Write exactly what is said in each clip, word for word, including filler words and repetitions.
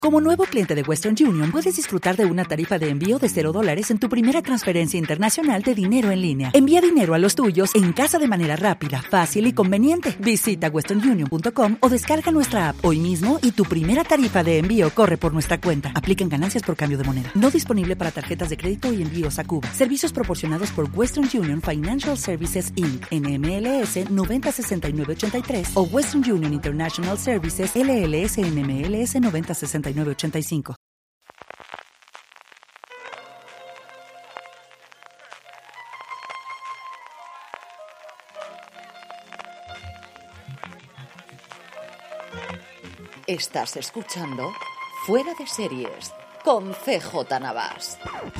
Como nuevo cliente de Western Union, puedes disfrutar de una tarifa de envío de cero dólares en tu primera transferencia internacional de dinero en línea. Envía dinero a los tuyos en casa de manera rápida, fácil y conveniente. Visita western union punto com o descarga nuestra app hoy mismo y tu primera tarifa de envío corre por nuestra cuenta. Aplican ganancias por cambio de moneda. No disponible para tarjetas de crédito y envíos a Cuba. Servicios proporcionados por Western Union Financial Services incorporated. N M L S noventa sesenta y nueve ochenta y tres o Western Union International Services L L S N M L S noventa sesenta y nueve ochenta y cinco. Estás escuchando Fuera de Series con C J Navas.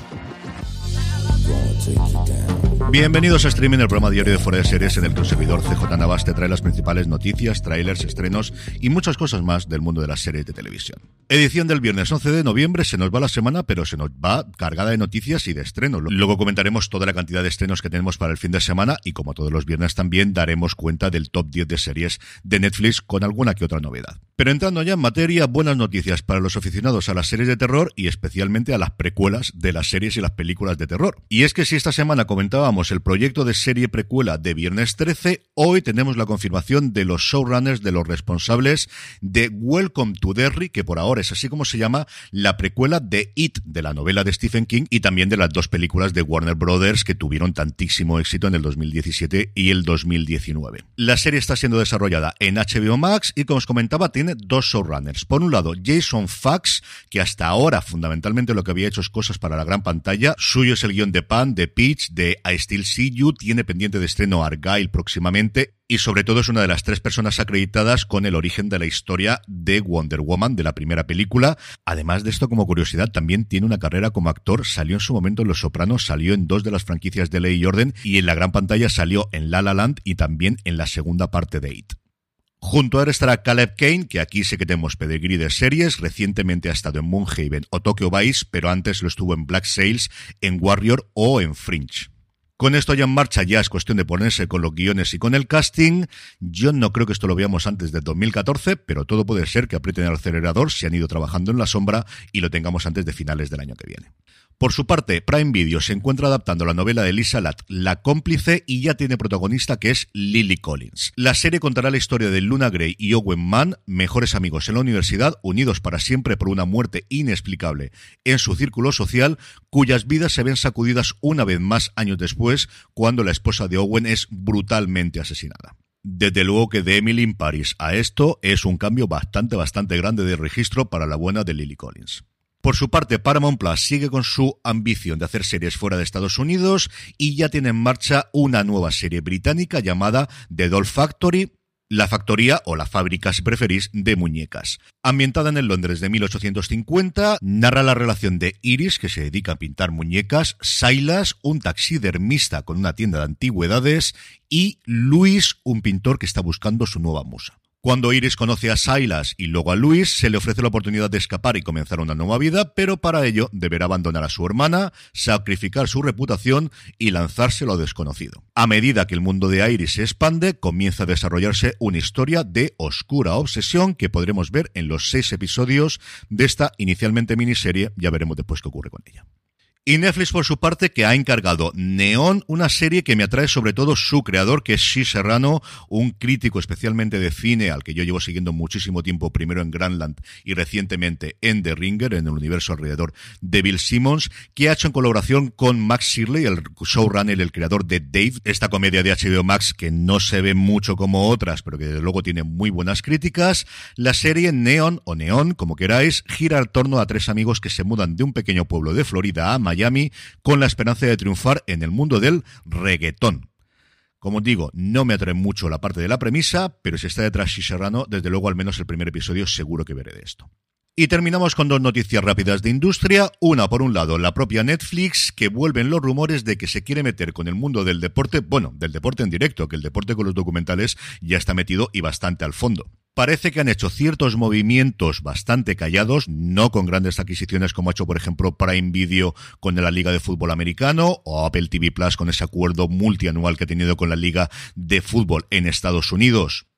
Bienvenidos a Streaming, el programa diario de Fuera de Series en el que un servidor C J Navas te trae las principales noticias, trailers, estrenos y muchas cosas más del mundo de las series de televisión. Edición del viernes once de noviembre, se nos va la semana, pero se nos va cargada de noticias y de estrenos. Luego comentaremos toda la cantidad de estrenos que tenemos para el fin de semana y, como todos los viernes también, daremos cuenta del top diez de series de Netflix con alguna que otra novedad. Pero entrando ya en materia, buenas noticias para los aficionados a las series de terror y especialmente a las precuelas de las series y las películas de terror. Y es que si esta semana comentábamos el proyecto de serie precuela de Viernes trece, hoy tenemos la confirmación de los showrunners, de los responsables de Welcome to Derry, que por ahora es así como se llama, la precuela de It, de la novela de Stephen King, y también de las dos películas de Warner Brothers que tuvieron tantísimo éxito en el dos mil diecisiete y el dos mil diecinueve. La serie está siendo desarrollada en H B O Max y, como os comentaba, tiene dos showrunners. Por un lado, Jason Fox, que hasta ahora fundamentalmente lo que había hecho es cosas para la gran pantalla. Suyo es el guión de Pan, de Peach, de I Still See You, tiene pendiente de estreno Argyle próximamente y sobre todo es una de las tres personas acreditadas con el origen de la historia de Wonder Woman, de la primera película. Además de esto, como curiosidad, también tiene una carrera como actor, salió en su momento en Los Sopranos, salió en dos de las franquicias de Ley y Orden y en la gran pantalla salió en La La Land y también en la segunda parte de It. Junto a él estará Caleb Kane, que aquí sí que tenemos pedigrí de series, recientemente ha estado en Moonhaven o Tokyo Vice, pero antes lo estuvo en Black Sails, en Warrior o en Fringe. Con esto ya en marcha, ya es cuestión de ponerse con los guiones y con el casting. Yo no creo que esto lo veamos antes del dos mil catorce, pero todo puede ser que aprieten el acelerador si han ido trabajando en la sombra y lo tengamos antes de finales del año que viene. Por su parte, Prime Video se encuentra adaptando la novela de Lisa Latt, La cómplice, y ya tiene protagonista que es Lily Collins. La serie contará la historia de Luna Gray y Owen Mann, mejores amigos en la universidad, unidos para siempre por una muerte inexplicable en su círculo social, cuyas vidas se ven sacudidas una vez más años después, cuando la esposa de Owen es brutalmente asesinada. Desde luego que de Emily in Paris a esto es un cambio bastante, bastante grande de registro para la buena de Lily Collins. Por su parte, Paramount Plus sigue con su ambición de hacer series fuera de Estados Unidos y ya tiene en marcha una nueva serie británica llamada The Doll Factory, la factoría o la fábrica, si preferís, de muñecas. Ambientada en el Londres de mil ochocientos cincuenta, narra la relación de Iris, que se dedica a pintar muñecas, Silas, un taxidermista con una tienda de antigüedades, y Louis, un pintor que está buscando su nueva musa. Cuando Iris conoce a Silas y luego a Louis, se le ofrece la oportunidad de escapar y comenzar una nueva vida, pero para ello deberá abandonar a su hermana, sacrificar su reputación y lanzarse a lo desconocido. A medida que el mundo de Iris se expande, comienza a desarrollarse una historia de oscura obsesión que podremos ver en los seis episodios de esta inicialmente miniserie. Ya veremos después qué ocurre con ella. Y Netflix, por su parte, que ha encargado Neon, una serie que me atrae sobre todo su creador, que es Shea Serrano, un crítico especialmente de cine al que yo llevo siguiendo muchísimo tiempo, primero en Grandland y recientemente en The Ringer, en el universo alrededor de Bill Simmons, que ha hecho en colaboración con Max Shirley, el showrunner, el creador de Dave, esta comedia de H B O Max que no se ve mucho como otras, pero que desde luego tiene muy buenas críticas. La serie Neon, o Neon, como queráis, gira en torno a tres amigos que se mudan de un pequeño pueblo de Florida a Miami con la esperanza de triunfar en el mundo del reggaetón. Como os digo, no me atrae mucho la parte de la premisa, pero si está detrás Shea Serrano, desde luego al menos el primer episodio seguro que veré de esto. Y terminamos con dos noticias rápidas de industria. Una, por un lado, la propia Netflix, que vuelven los rumores de que se quiere meter con el mundo del deporte, bueno, del deporte en directo, que el deporte con los documentales ya está metido y bastante al fondo. Parece que han hecho ciertos movimientos bastante callados, no con grandes adquisiciones como ha hecho, por ejemplo, Prime Video con la Liga de Fútbol Americano o Apple T V Plus con ese acuerdo multianual que ha tenido con la Liga de Fútbol en Estados Unidos.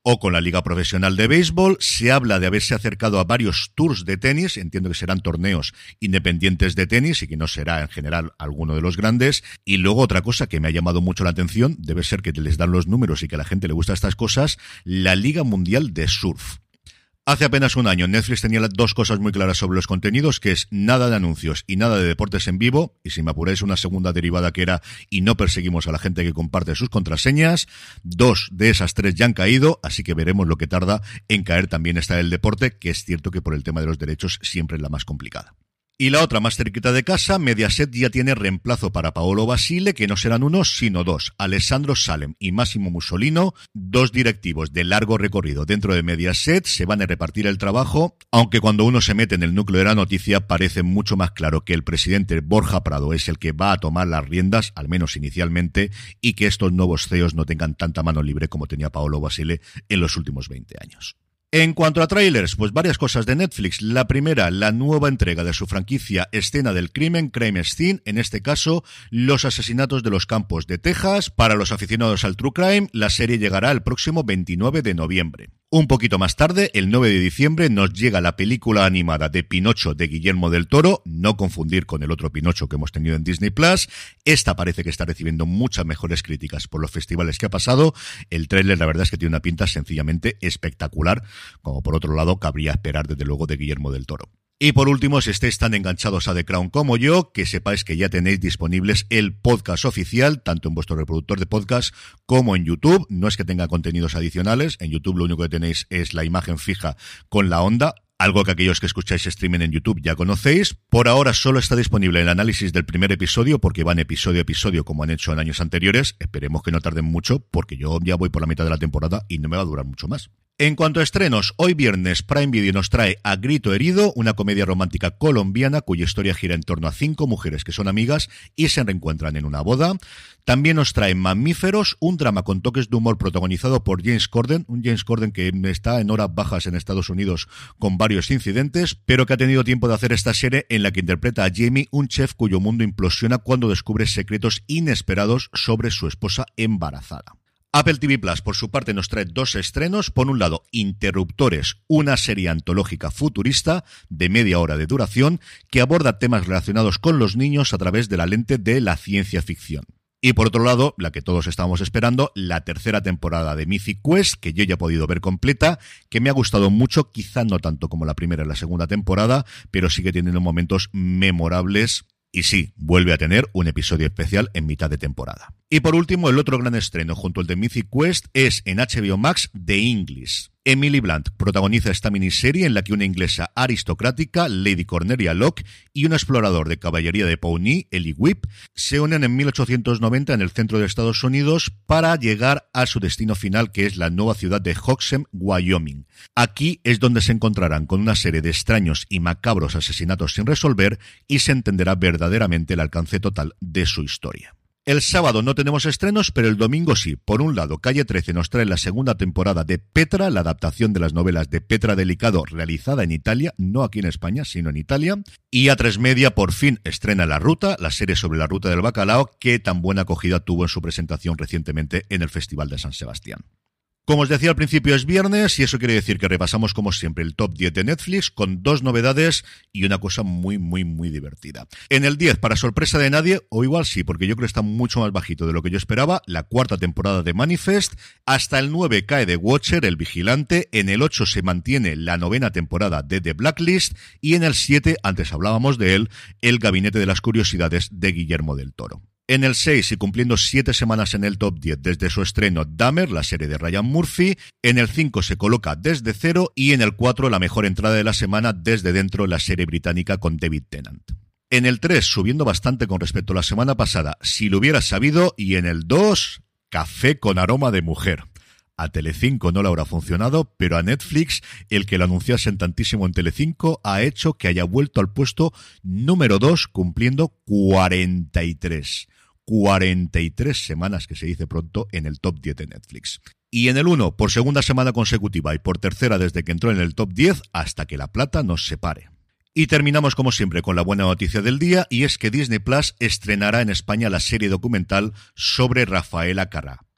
o con la Liga Profesional de Béisbol. Se habla de haberse acercado a varios tours de tenis, entiendo que serán torneos independientes de tenis y que no será en general alguno de los grandes. Y luego otra cosa que me ha llamado mucho la atención, debe ser que les dan los números y que a la gente le gusta estas cosas, la Liga Mundial de Surf. Hace apenas un año Netflix tenía dos cosas muy claras sobre los contenidos, que es nada de anuncios y nada de deportes en vivo, y si me apuráis una segunda derivada que era y no perseguimos a la gente que comparte sus contraseñas. Dos de esas tres ya han caído, así que veremos lo que tarda en caer también esta del deporte, que es cierto que por el tema de los derechos siempre es la más complicada. Y la otra más cerquita de casa, Mediaset ya tiene reemplazo para Paolo Basile, que no serán uno, sino dos. Alessandro Salem y Massimo Mussolino, dos directivos de largo recorrido dentro de Mediaset, se van a repartir el trabajo, aunque cuando uno se mete en el núcleo de la noticia parece mucho más claro que el presidente Borja Prado es el que va a tomar las riendas, al menos inicialmente, y que estos nuevos C E Os no tengan tanta mano libre como tenía Paolo Basile en los últimos veinte años. En cuanto a trailers, pues varias cosas de Netflix. La primera, la nueva entrega de su franquicia Escena del Crimen, Crime Scene, en este caso, los asesinatos de los campos de Texas. Para los aficionados al True Crime, la serie llegará el próximo veintinueve de noviembre. Un poquito más tarde, el nueve de diciembre, nos llega la película animada de Pinocho de Guillermo del Toro, no confundir con el otro Pinocho que hemos tenido en Disney Plus. Esta parece que está recibiendo muchas mejores críticas por los festivales que ha pasado. El tráiler, la verdad es que tiene una pinta sencillamente espectacular, como por otro lado cabría esperar desde luego de Guillermo del Toro. Y por último, si estáis tan enganchados a The Crown como yo, que sepáis que ya tenéis disponibles el podcast oficial, tanto en vuestro reproductor de podcast como en YouTube. No es que tenga contenidos adicionales, en YouTube lo único que tenéis es la imagen fija con la onda, algo que aquellos que escucháis streaming en YouTube ya conocéis. Por ahora solo está disponible el análisis del primer episodio, porque van episodio a episodio como han hecho en años anteriores. Esperemos que no tarden mucho, porque yo ya voy por la mitad de la temporada y no me va a durar mucho más. En cuanto a estrenos, hoy viernes Prime Video nos trae A Grito Herido, una comedia romántica colombiana cuya historia gira en torno a cinco mujeres que son amigas y se reencuentran en una boda. También nos trae Mamíferos, un drama con toques de humor protagonizado por James Corden, un James Corden que está en horas bajas en Estados Unidos con varios incidentes, pero que ha tenido tiempo de hacer esta serie en la que interpreta a Jamie, un chef cuyo mundo implosiona cuando descubre secretos inesperados sobre su esposa embarazada. Apple T V Plus, por su parte, nos trae dos estrenos. Por un lado, Interruptores, una serie antológica futurista de media hora de duración que aborda temas relacionados con los niños a través de la lente de la ciencia ficción. Y por otro lado, la que todos estábamos esperando, la tercera temporada de Mythic Quest, que yo ya he podido ver completa, que me ha gustado mucho, quizá no tanto como la primera y la segunda temporada, pero sigue teniendo momentos memorables. Y sí, vuelve a tener un episodio especial en mitad de temporada. Y por último, el otro gran estreno junto al de Mythic Quest es en H B O Max, The English. Emily Blunt protagoniza esta miniserie en la que una inglesa aristocrática, Lady Cornelia Locke, y un explorador de caballería de Pawnee, Eli Whip, se unen en mil ochocientos noventa en el centro de Estados Unidos para llegar a su destino final, que es la nueva ciudad de Hoxham, Wyoming. Aquí es donde se encontrarán con una serie de extraños y macabros asesinatos sin resolver y se entenderá verdaderamente el alcance total de su historia. El sábado no tenemos estrenos, pero el domingo sí. Por un lado, Calle trece nos trae la segunda temporada de Petra, la adaptación de las novelas de Petra Delicado realizada en Italia, no aquí en España, sino en Italia. Y A tres Media por fin estrena La Ruta, la serie sobre la ruta del bacalao, que tan buena acogida tuvo en su presentación recientemente en el Festival de San Sebastián. Como os decía al principio, es viernes y eso quiere decir que repasamos como siempre el top diez de Netflix con dos novedades y una cosa muy muy muy divertida. En el diez, para sorpresa de nadie, o igual sí, porque yo creo que está mucho más bajito de lo que yo esperaba, la cuarta temporada de Manifest. Hasta el nueve cae The Watcher, El Vigilante. En el ocho se mantiene la novena temporada de The Blacklist y en el siete, antes hablábamos de él, El Gabinete de las Curiosidades de Guillermo del Toro. En el seis, y cumpliendo siete semanas en el top diez desde su estreno, Dahmer, la serie de Ryan Murphy. En el cinco se coloca Desde Cero y en el cuatro, la mejor entrada de la semana, Desde Dentro, la serie británica con David Tennant. En el tres, subiendo bastante con respecto a la semana pasada, Si lo hubieras sabido. Y en el dos, Café con aroma de mujer. A Telecinco no le habrá funcionado, pero a Netflix, el que lo anunciasen tantísimo en Telecinco, ha hecho que haya vuelto al puesto número dos, cumpliendo cuarenta y tres. cuarenta y tres semanas, que se dice pronto, en el top diez de Netflix. Y en el uno, por segunda semana consecutiva y por tercera desde que entró en el top diez, hasta que la plata nos separe. Y terminamos como siempre con la buena noticia del día, y es que Disney Plus estrenará en España la serie documental sobre Rafaela Carrà.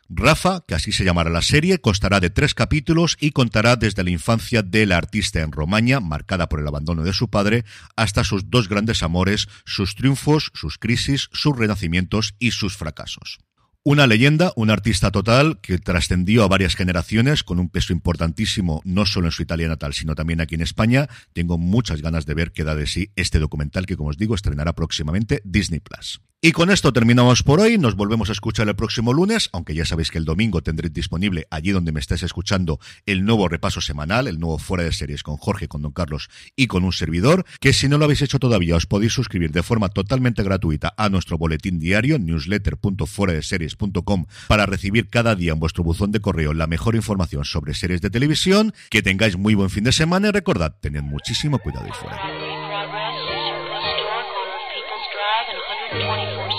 Rafa, que así se llamará la serie, constará de tres capítulos y contará desde la infancia de la artista en Romaña, marcada por el abandono de su padre, hasta sus dos grandes amores, sus triunfos, sus crisis, sus renacimientos y sus fracasos. Una leyenda, un artista total que trascendió a varias generaciones con un peso importantísimo no solo en su Italia natal, sino también aquí en España. Tengo muchas ganas de ver qué da de sí este documental que, como os digo, estrenará próximamente Disney Plus. Y con esto terminamos por hoy. Nos volvemos a escuchar el próximo lunes, aunque ya sabéis que el domingo tendréis disponible, allí donde me estáis escuchando, el nuevo repaso semanal, el nuevo Fuera de Series con Jorge, con Don Carlos y con un servidor, que si no lo habéis hecho todavía os podéis suscribir de forma totalmente gratuita a nuestro boletín diario, newsletter punto fuera de series punto com, para recibir cada día en vuestro buzón de correo la mejor información sobre series de televisión. Que tengáis muy buen fin de semana y recordad, tened muchísimo cuidado ahí fuera. twenty-four